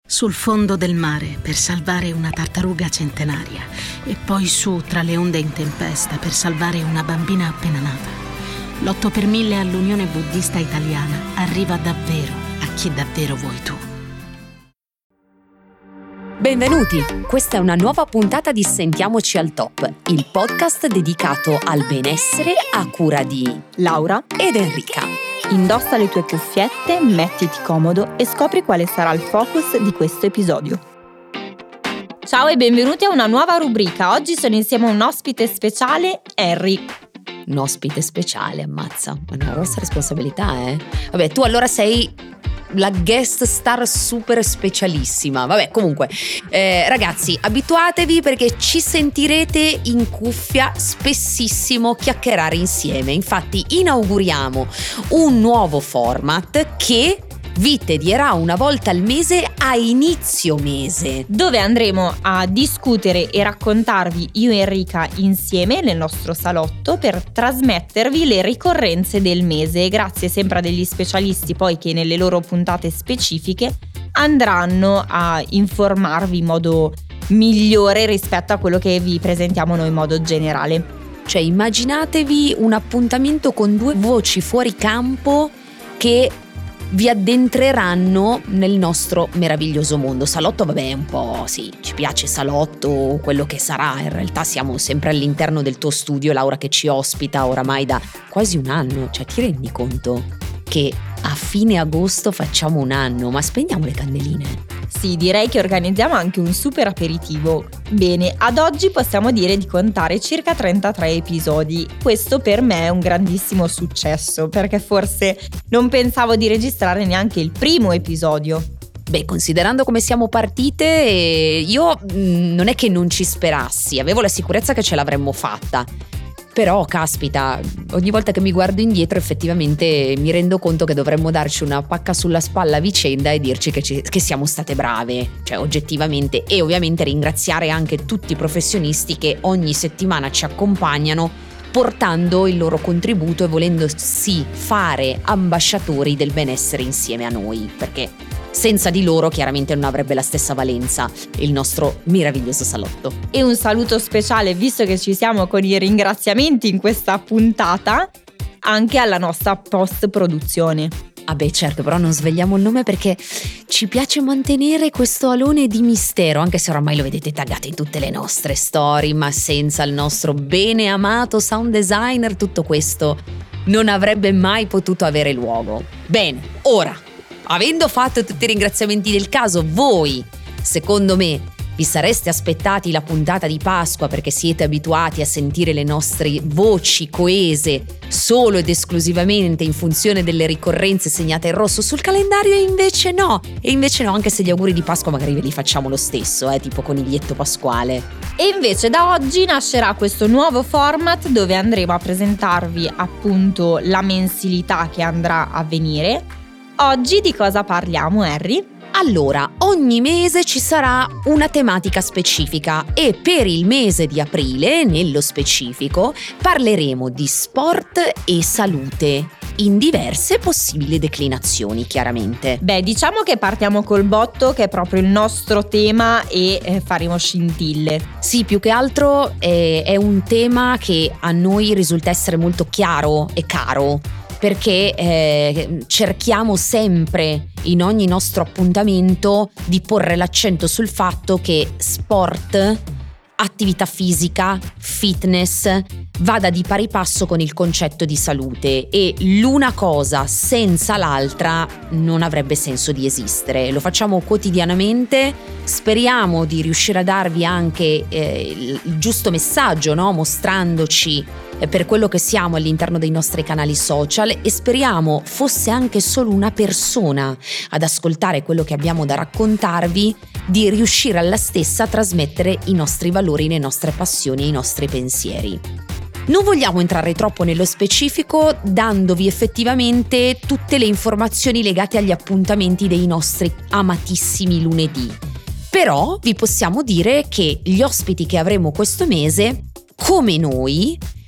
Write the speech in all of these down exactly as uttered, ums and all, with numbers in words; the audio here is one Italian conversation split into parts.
Sul fondo del mare per salvare una tartaruga centenaria e poi su tra le onde in tempesta per salvare una bambina appena nata. L'otto per mille all'Unione Buddista Italiana arriva davvero a chi davvero vuoi tu. Benvenuti, questa è una nuova puntata di Sentiamoci al Top, il podcast dedicato al benessere a cura di Laura ed Enrica. Indossa le tue cuffiette, mettiti comodo e scopri quale sarà il focus di questo episodio. Ciao e benvenuti a una nuova rubrica. Oggi sono insieme a un ospite speciale, Harry. Un ospite speciale, ammazza, è una grossa responsabilità, eh? Vabbè, tu allora sei la guest star super specialissima. Vabbè, comunque, eh, ragazzi, abituatevi perché ci sentirete in cuffia spessissimo chiacchierare insieme. Infatti inauguriamo un nuovo format che vi tedierà una volta al mese a inizio mese, dove andremo a discutere e raccontarvi io e Enrica insieme nel nostro salotto per trasmettervi le ricorrenze del mese, grazie sempre a degli specialisti poi che nelle loro puntate specifiche andranno a informarvi in modo migliore rispetto a quello che vi presentiamo noi in modo generale. Cioè immaginatevi un appuntamento con due voci fuori campo che vi addentreranno nel nostro meraviglioso mondo. Salotto, vabbè, un po' sì, ci piace salotto, quello che sarà. In realtà siamo sempre all'interno del tuo studio, Laura, che ci ospita oramai da quasi un anno. Cioè, ti rendi conto che a fine agosto facciamo un anno? Ma spegniamo le candeline. Sì, direi che organizziamo anche un super aperitivo. Bene, ad oggi possiamo dire di contare circa trentatré episodi. Questo per me è un grandissimo successo, perché forse non pensavo di registrare neanche il primo episodio. Beh, considerando come siamo partite, io mh, non è che non ci sperassi, avevo la sicurezza che ce l'avremmo fatta. Però, caspita, ogni volta che mi guardo indietro effettivamente mi rendo conto che dovremmo darci una pacca sulla spalla a vicenda e dirci che, ci, che siamo state brave, cioè oggettivamente, e ovviamente ringraziare anche tutti i professionisti che ogni settimana ci accompagnano portando il loro contributo e volendosi fare ambasciatori del benessere insieme a noi, perché senza di loro chiaramente non avrebbe la stessa valenza il nostro meraviglioso salotto. E un saluto speciale, visto che ci siamo con i ringraziamenti in questa puntata, anche alla nostra post-produzione. Ah beh, certo, però non svegliamo il nome perché ci piace mantenere questo alone di mistero, anche se oramai lo vedete taggato in tutte le nostre storie, ma senza il nostro bene amato sound designer tutto questo non avrebbe mai potuto avere luogo. Bene, ora, avendo fatto tutti i ringraziamenti del caso, voi, secondo me, vi sareste aspettati la puntata di Pasqua perché siete abituati a sentire le nostre voci coese solo ed esclusivamente in funzione delle ricorrenze segnate in rosso sul calendario, e invece no. E invece no, anche se gli auguri di Pasqua magari ve li facciamo lo stesso, eh, tipo coniglietto pasquale. E invece da oggi nascerà questo nuovo format dove andremo a presentarvi appunto la mensilità che andrà a venire. Oggi di cosa parliamo, Harry? Allora, ogni mese ci sarà una tematica specifica e per il mese di aprile, nello specifico, parleremo di sport e salute in diverse possibili declinazioni, chiaramente. Beh, diciamo che partiamo col botto, che è proprio il nostro tema, e eh, faremo scintille. Sì, più che altro eh, è un tema che a noi risulta essere molto chiaro e caro, perché eh, cerchiamo sempre in ogni nostro appuntamento di porre l'accento sul fatto che sport, attività fisica, fitness vada di pari passo con il concetto di salute, e l'una cosa senza l'altra non avrebbe senso di esistere. Lo facciamo quotidianamente, speriamo di riuscire a darvi anche eh, il giusto messaggio, no? Mostrandoci per quello che siamo all'interno dei nostri canali social, e speriamo fosse anche solo una persona ad ascoltare quello che abbiamo da raccontarvi, di riuscire alla stessa a trasmettere i nostri valori, le nostre passioni e i nostri pensieri. Non vogliamo entrare troppo nello specifico, dandovi effettivamente tutte le informazioni legate agli appuntamenti dei nostri amatissimi lunedì. Però vi possiamo dire che gli ospiti che avremo questo mese, come noi,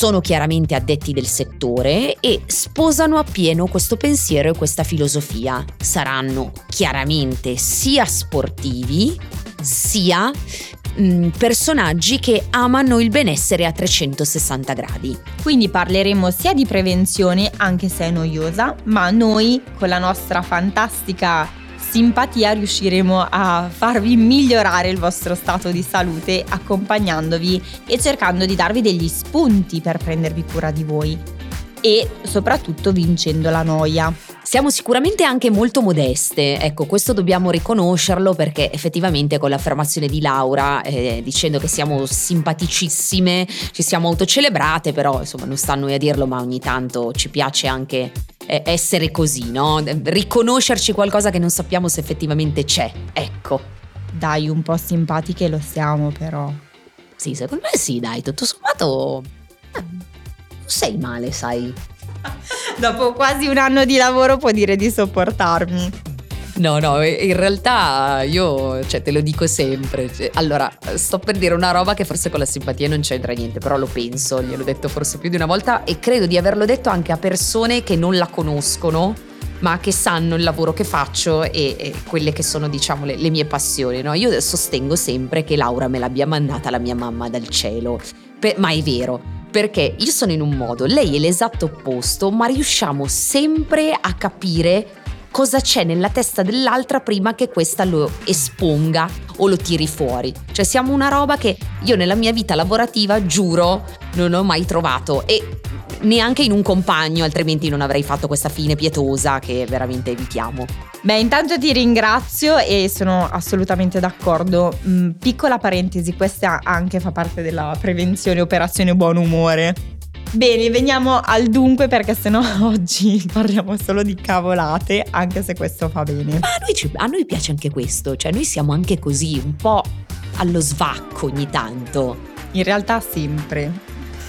sono chiaramente addetti del settore e sposano appieno questo pensiero e questa filosofia. Saranno chiaramente sia sportivi sia mh, personaggi che amano il benessere a trecentosessanta gradi. Quindi parleremo sia di prevenzione, anche se è noiosa, ma noi con la nostra fantastica simpatia riusciremo a farvi migliorare il vostro stato di salute, accompagnandovi e cercando di darvi degli spunti per prendervi cura di voi e soprattutto vincendo la noia. Siamo sicuramente anche molto modeste, ecco, questo dobbiamo riconoscerlo, perché effettivamente con l'affermazione di Laura, eh, dicendo che siamo simpaticissime, ci siamo autocelebrate, però insomma non sta a noi a dirlo, ma ogni tanto ci piace anche eh, essere così, no? Riconoscerci qualcosa che non sappiamo se effettivamente c'è, ecco. Dai, un po' simpatiche lo siamo però. Sì, secondo me sì, dai, tutto sommato eh, non sei male, sai. Dopo quasi un anno di lavoro può dire di sopportarmi. No, no, in realtà io, cioè, te lo dico sempre. Allora, sto per dire una roba che forse con la simpatia non c'entra niente, però lo penso, gliel'ho detto forse più di una volta e credo di averlo detto anche a persone che non la conoscono, ma che sanno il lavoro che faccio e, e quelle che sono, diciamo, le, le mie passioni, no? Io sostengo sempre che Laura me l'abbia mandata la mia mamma dal cielo, per, ma è vero. Perché io sono in un modo, lei è l'esatto opposto, ma riusciamo sempre a capire cosa c'è nella testa dell'altra prima che questa lo esponga o lo tiri fuori. Cioè siamo una roba che io nella mia vita lavorativa, giuro, non ho mai trovato, e neanche in un compagno, altrimenti non avrei fatto questa fine pietosa che veramente evitiamo. Beh, intanto ti ringrazio e sono assolutamente d'accordo. Mm, piccola parentesi, questa anche fa parte della prevenzione operazione buon umore. Bene, veniamo al dunque, perché sennò oggi parliamo solo di cavolate, anche se questo fa bene. Ma a noi, ci, a noi piace anche questo, cioè noi siamo anche così, un po' allo svacco ogni tanto. In realtà sempre.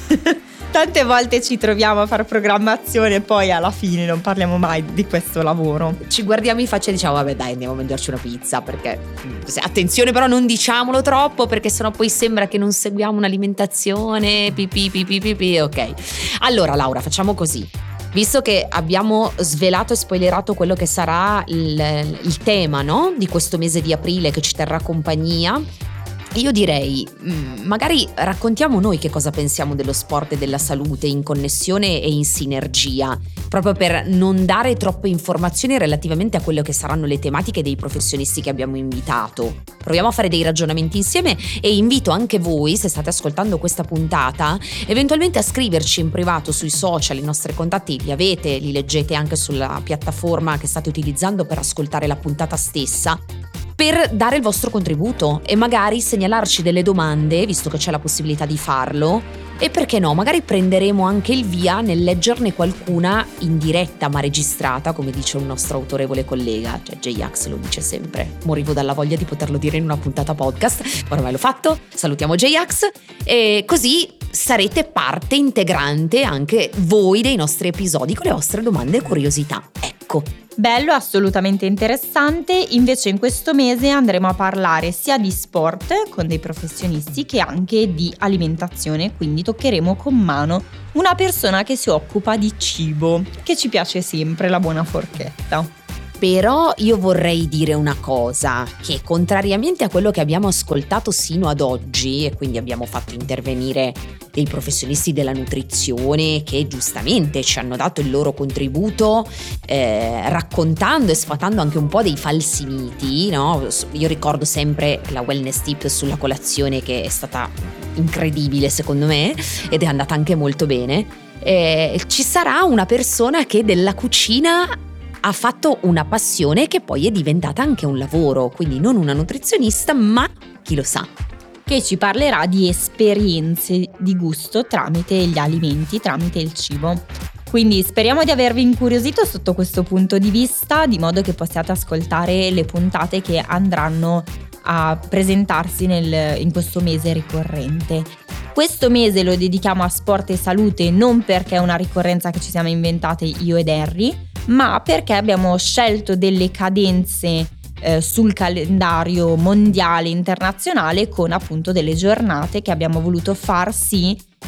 Tante volte ci troviamo a fare programmazione e poi alla fine non parliamo mai di questo lavoro. Ci guardiamo in faccia e diciamo vabbè dai, andiamo a mangiarci una pizza, perché attenzione però non diciamolo troppo, perché sennò poi sembra che non seguiamo un'alimentazione pipì pipì pipì. Ok, allora Laura, facciamo così. Visto che abbiamo svelato e spoilerato quello che sarà il, il tema, no? Di questo mese di aprile che ci terrà compagnia, io direi, magari raccontiamo noi che cosa pensiamo dello sport e della salute in connessione e in sinergia, proprio per non dare troppe informazioni relativamente a quello che saranno le tematiche dei professionisti che abbiamo invitato. Proviamo a fare dei ragionamenti insieme e invito anche voi, se state ascoltando questa puntata, eventualmente a scriverci in privato sui social. I nostri contatti li avete, li leggete anche sulla piattaforma che state utilizzando per ascoltare la puntata stessa, per dare il vostro contributo e magari segnalarci delle domande, visto che c'è la possibilità di farlo, e perché no, magari prenderemo anche il via nel leggerne qualcuna in diretta ma registrata, come dice un nostro autorevole collega, cioè J-Ax lo dice sempre, morivo dalla voglia di poterlo dire in una puntata podcast, ormai l'ho fatto, salutiamo J-Ax, e così sarete parte integrante anche voi dei nostri episodi con le vostre domande e curiosità, ecco. Bello, assolutamente interessante. Invece in questo mese andremo a parlare sia di sport con dei professionisti che anche di alimentazione, quindi toccheremo con mano una persona che si occupa di cibo, che ci piace sempre, la buona forchetta. Però io vorrei dire una cosa, che contrariamente a quello che abbiamo ascoltato sino ad oggi, e quindi abbiamo fatto intervenire dei professionisti della nutrizione che giustamente ci hanno dato il loro contributo, eh, raccontando e sfatando anche un po' dei falsi miti, no? Io ricordo sempre la wellness tip sulla colazione, che è stata incredibile secondo me ed è andata anche molto bene. Eh, ci sarà una persona che della cucina ha fatto una passione che poi è diventata anche un lavoro, quindi non una nutrizionista, ma chi lo sa, che ci parlerà di esperienze di gusto tramite gli alimenti, tramite il cibo. Quindi speriamo di avervi incuriosito sotto questo punto di vista, di modo che possiate ascoltare le puntate che andranno a presentarsi nel, in questo mese ricorrente. Questo mese lo dedichiamo a sport e salute, non perché è una ricorrenza che ci siamo inventate io ed Harry, ma perché abbiamo scelto delle cadenze eh, sul calendario mondiale internazionale, con appunto delle giornate che abbiamo voluto far sì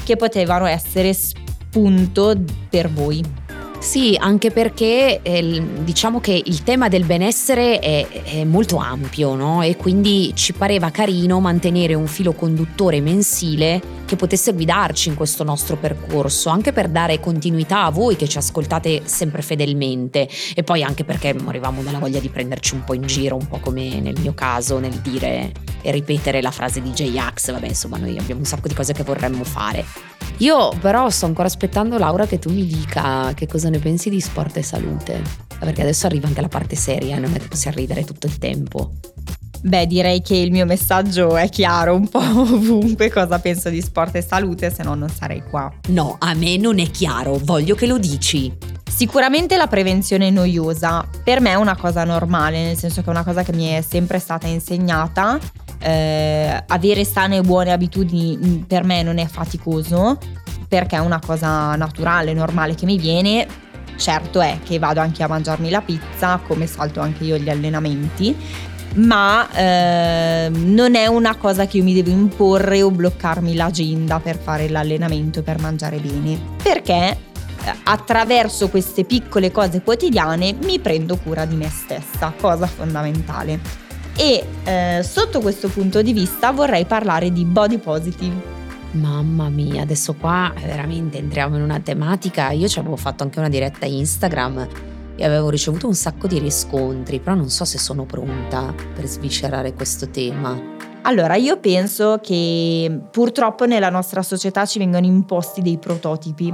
che potevano essere spunto per voi. Sì, anche perché eh, diciamo che il tema del benessere è, è molto ampio, no? E quindi ci pareva carino mantenere un filo conduttore mensile che potesse guidarci in questo nostro percorso, anche per dare continuità a voi che ci ascoltate sempre fedelmente, e poi anche perché morivamo dalla voglia di prenderci un po' in giro, un po' come nel mio caso nel dire e ripetere la frase di J-Ax. Vabbè, insomma, noi abbiamo un sacco di cose che vorremmo fare. Io però sto ancora aspettando, Laura, che tu mi dica che cosa ne pensi di sport e salute, perché adesso arriva anche la parte seria, non è che possiamo ridere tutto il tempo. Beh, direi che il mio messaggio è chiaro un po' ovunque cosa penso di sport e salute, se no non sarei qua. No, a me non è chiaro, voglio che lo dici. Sicuramente la prevenzione è noiosa, per me è una cosa normale, nel senso che è una cosa che mi è sempre stata insegnata. Eh, avere sane e buone abitudini per me non è faticoso, perché è una cosa naturale, normale che mi viene. Certo è che vado anche a mangiarmi la pizza, come salto anche io gli allenamenti, ma eh, non è una cosa che io mi devo imporre o bloccarmi l'agenda per fare l'allenamento, per mangiare bene, perché attraverso queste piccole cose quotidiane mi prendo cura di me stessa, cosa fondamentale. E eh, sotto questo punto di vista vorrei parlare di body positive. Mamma mia, adesso qua veramente entriamo in una tematica. Io ci avevo fatto anche una diretta Instagram e avevo ricevuto un sacco di riscontri, però non so se sono pronta per sviscerare questo tema. Allora, io penso che purtroppo nella nostra società ci vengono imposti dei prototipi,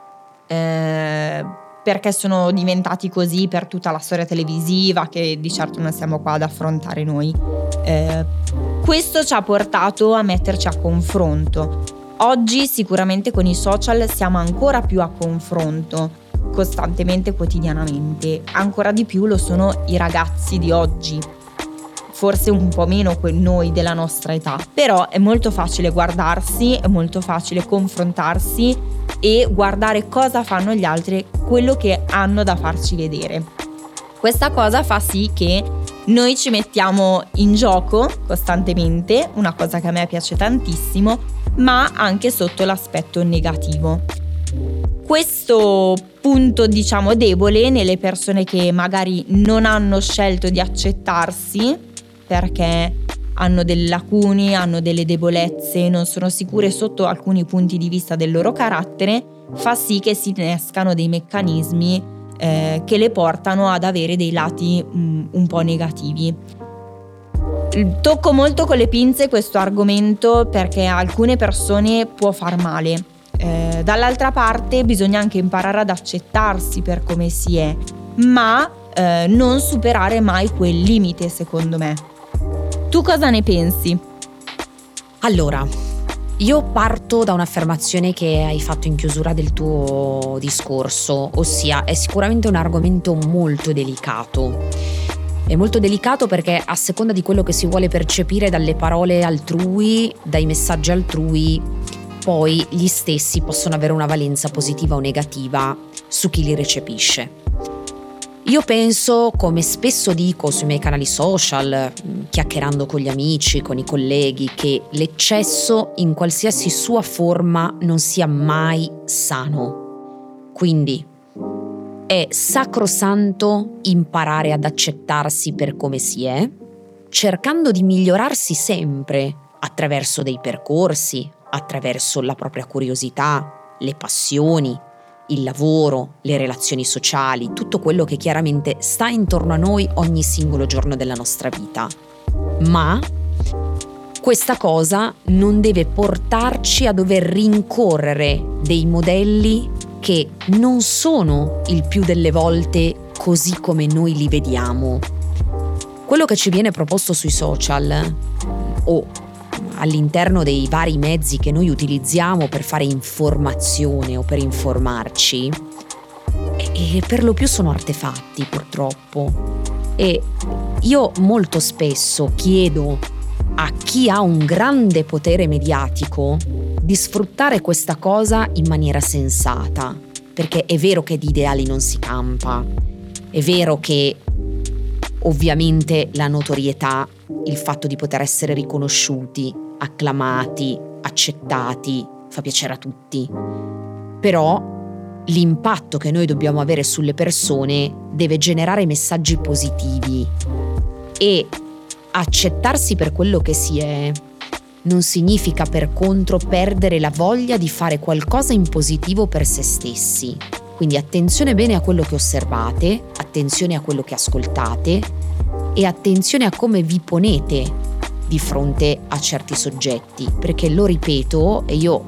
eh, perché sono diventati così per tutta la storia televisiva, che di certo non siamo qua ad affrontare noi. Eh, questo ci ha portato a metterci a confronto. Oggi sicuramente con i social siamo ancora più a confronto, costantemente, quotidianamente. Ancora di più lo sono i ragazzi di oggi, forse un po' meno noi della nostra età, però è molto facile guardarsi, è molto facile confrontarsi e guardare cosa fanno gli altri, quello che hanno da farci vedere. Questa cosa fa sì che noi ci mettiamo in gioco costantemente, una cosa che a me piace tantissimo, ma anche sotto l'aspetto negativo. Questo punto, diciamo, debole nelle persone che magari non hanno scelto di accettarsi perché hanno delle lacune, hanno delle debolezze, non sono sicure sotto alcuni punti di vista del loro carattere, fa sì che si innescano dei meccanismi eh, che le portano ad avere dei lati mh, un po' negativi. Tocco molto con le pinze questo argomento perché a alcune persone può far male. Eh, dall'altra parte bisogna anche imparare ad accettarsi per come si è, ma eh, non superare mai quel limite, secondo me. Tu cosa ne pensi? Allora, io parto da un'affermazione che hai fatto in chiusura del tuo discorso, ossia è sicuramente un argomento molto delicato. È molto delicato perché a seconda di quello che si vuole percepire dalle parole altrui, dai messaggi altrui, poi gli stessi possono avere una valenza positiva o negativa su chi li recepisce. Io penso, come spesso dico sui miei canali social, chiacchierando con gli amici, con i colleghi, che l'eccesso in qualsiasi sua forma non sia mai sano. Quindi è sacrosanto imparare ad accettarsi per come si è, cercando di migliorarsi sempre attraverso dei percorsi, attraverso la propria curiosità, le passioni, il lavoro, le relazioni sociali, tutto quello che chiaramente sta intorno a noi ogni singolo giorno della nostra vita. Ma questa cosa non deve portarci a dover rincorrere dei modelli che non sono il più delle volte così come noi li vediamo. Quello che ci viene proposto sui social o all'interno dei vari mezzi che noi utilizziamo per fare informazione o per informarci, e, e per lo più sono artefatti, purtroppo. E io molto spesso chiedo a chi ha un grande potere mediatico di sfruttare questa cosa in maniera sensata, perché è vero che di ideali non si campa, è vero che ovviamente la notorietà, il fatto di poter essere riconosciuti, acclamati, accettati, fa piacere a tutti, però l'impatto che noi dobbiamo avere sulle persone deve generare messaggi positivi, e accettarsi per quello che si è non significa per contro perdere la voglia di fare qualcosa in positivo per se stessi. Quindi attenzione bene a quello che osservate, attenzione a quello che ascoltate e attenzione a come vi ponete di fronte a certi soggetti, perché lo ripeto, e io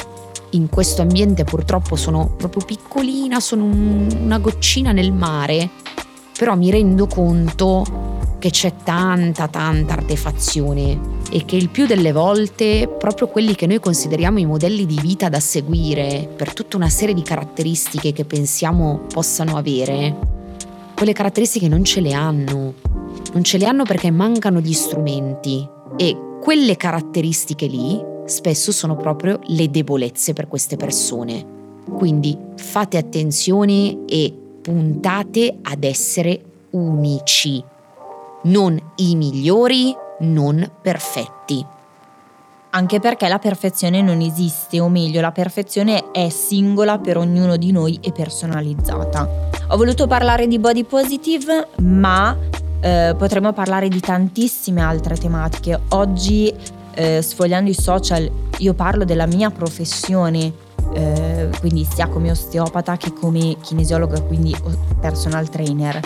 in questo ambiente purtroppo sono proprio piccolina, sono un, una goccina nel mare, però mi rendo conto che c'è tanta tanta artefazione e che il più delle volte proprio quelli che noi consideriamo i modelli di vita da seguire per tutta una serie di caratteristiche che pensiamo possano avere, quelle caratteristiche non ce le hanno, non ce le hanno perché mancano gli strumenti, e quelle caratteristiche lì spesso sono proprio le debolezze per queste persone. Quindi fate attenzione e puntate ad essere unici, non i migliori, non perfetti. Anche perché la perfezione non esiste, o meglio, la perfezione è singola per ognuno di noi e personalizzata. Ho voluto parlare di body positive, ma eh, potremmo parlare di tantissime altre tematiche. Oggi, eh, sfogliando i social, io parlo della mia professione, eh, quindi sia come osteopata che come kinesiologa, quindi personal trainer.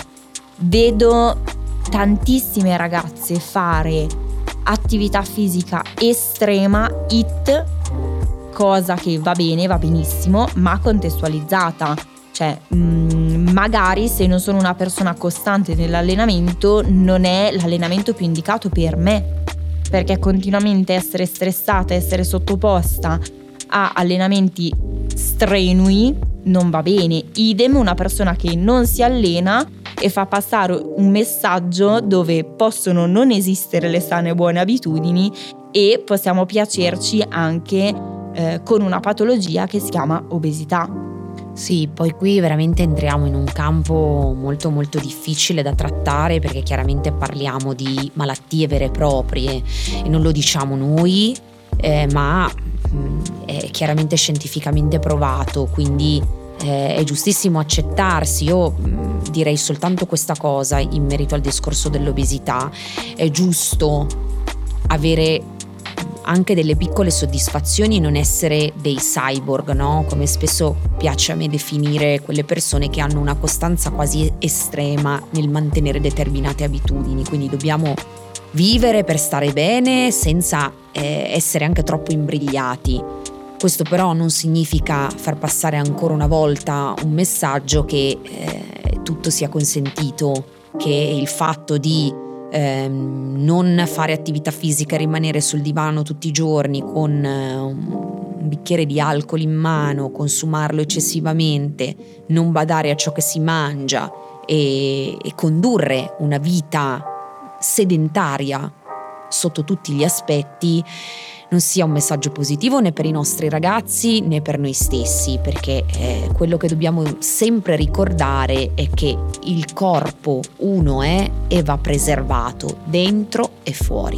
Vedo tantissime ragazze fare attività fisica estrema, I T, cosa che va bene, va benissimo, ma contestualizzata. Cioè, mh, magari se non sono una persona costante nell'allenamento, non è l'allenamento più indicato per me, perché continuamente essere stressata, essere sottoposta a allenamenti strenui non va bene. Idem una persona che non si allena e fa passare un messaggio dove possono non esistere le sane e buone abitudini e possiamo piacerci anche eh, con una patologia che si chiama obesità. Sì, poi qui veramente entriamo in un campo molto molto difficile da trattare, perché chiaramente parliamo di malattie vere e proprie e non lo diciamo noi, eh, ma mh, è chiaramente scientificamente provato, quindi eh, è giustissimo accettarsi. Io mh, direi soltanto questa cosa in merito al discorso dell'obesità: è giusto avere anche delle piccole soddisfazioni e non essere dei cyborg, no? Come spesso piace a me definire quelle persone che hanno una costanza quasi estrema nel mantenere determinate abitudini. Quindi dobbiamo vivere per stare bene senza eh, essere anche troppo imbrigliati. Questo però non significa far passare ancora una volta un messaggio che eh, tutto sia consentito, che il fatto di ehm, non fare attività fisica e rimanere sul divano tutti i giorni con eh, un bicchiere di alcol in mano, consumarlo eccessivamente, non badare a ciò che si mangia e, e condurre una vita sedentaria sotto tutti gli aspetti non sia un messaggio positivo né per i nostri ragazzi né per noi stessi, perché eh, quello che dobbiamo sempre ricordare è che il corpo uno è e va preservato dentro e fuori.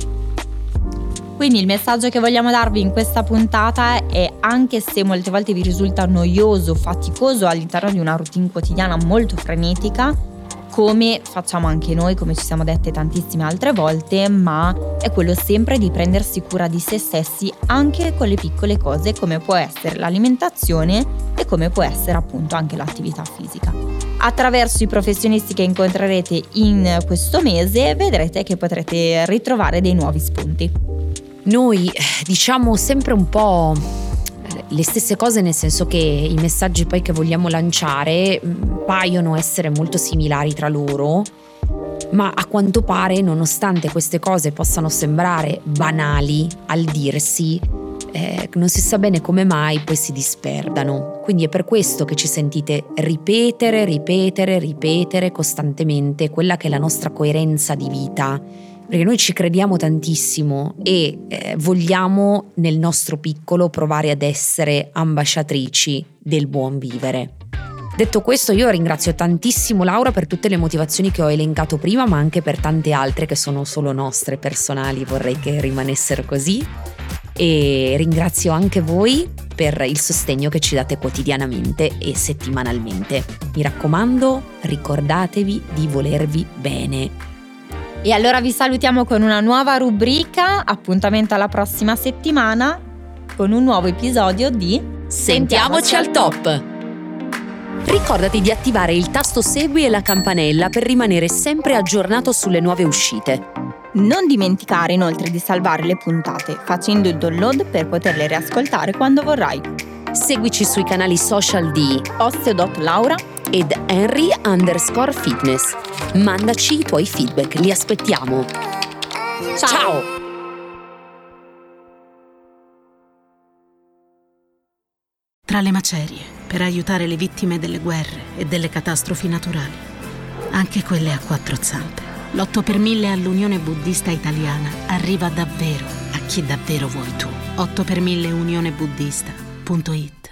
Quindi il messaggio che vogliamo darvi in questa puntata è: anche se molte volte vi risulta noioso, faticoso all'interno di una routine quotidiana molto frenetica, come facciamo anche noi, come ci siamo dette tantissime altre volte, ma è quello sempre di prendersi cura di se stessi anche con le piccole cose, come può essere l'alimentazione e come può essere appunto anche l'attività fisica. Attraverso i professionisti che incontrerete in questo mese vedrete che potrete ritrovare dei nuovi spunti. Noi diciamo sempre un po' le stesse cose, nel senso che i messaggi poi che vogliamo lanciare paiono essere molto similari tra loro, ma a quanto pare, nonostante queste cose possano sembrare banali al dirsi, eh, non si sa bene come mai poi si disperdano. Quindi è per questo che ci sentite ripetere, ripetere, ripetere costantemente quella che è la nostra coerenza di vita, perché noi ci crediamo tantissimo e eh, vogliamo nel nostro piccolo provare ad essere ambasciatrici del buon vivere. Detto questo, io ringrazio tantissimo Laura per tutte le motivazioni che ho elencato prima, ma anche per tante altre che sono solo nostre, personali, vorrei che rimanessero così. E ringrazio anche voi per il sostegno che ci date quotidianamente e settimanalmente. Mi raccomando, ricordatevi di volervi bene. E allora vi salutiamo con una nuova rubrica, appuntamento alla prossima settimana con un nuovo episodio di Sentiamoci al top! Ricordati di attivare il tasto segui e la campanella per rimanere sempre aggiornato sulle nuove uscite. Non dimenticare inoltre di salvare le puntate facendo il download per poterle riascoltare quando vorrai. Seguici sui canali social di Osteo.Laura ed Henry underscore fitness. Mandaci i tuoi feedback, li aspettiamo. Ciao! Ciao! Tra le macerie, per aiutare le vittime delle guerre e delle catastrofi naturali, anche quelle a quattro zampe, l'otto per mille all'Unione Buddista Italiana arriva davvero a chi davvero vuoi tu. otto per mille unione buddista punto it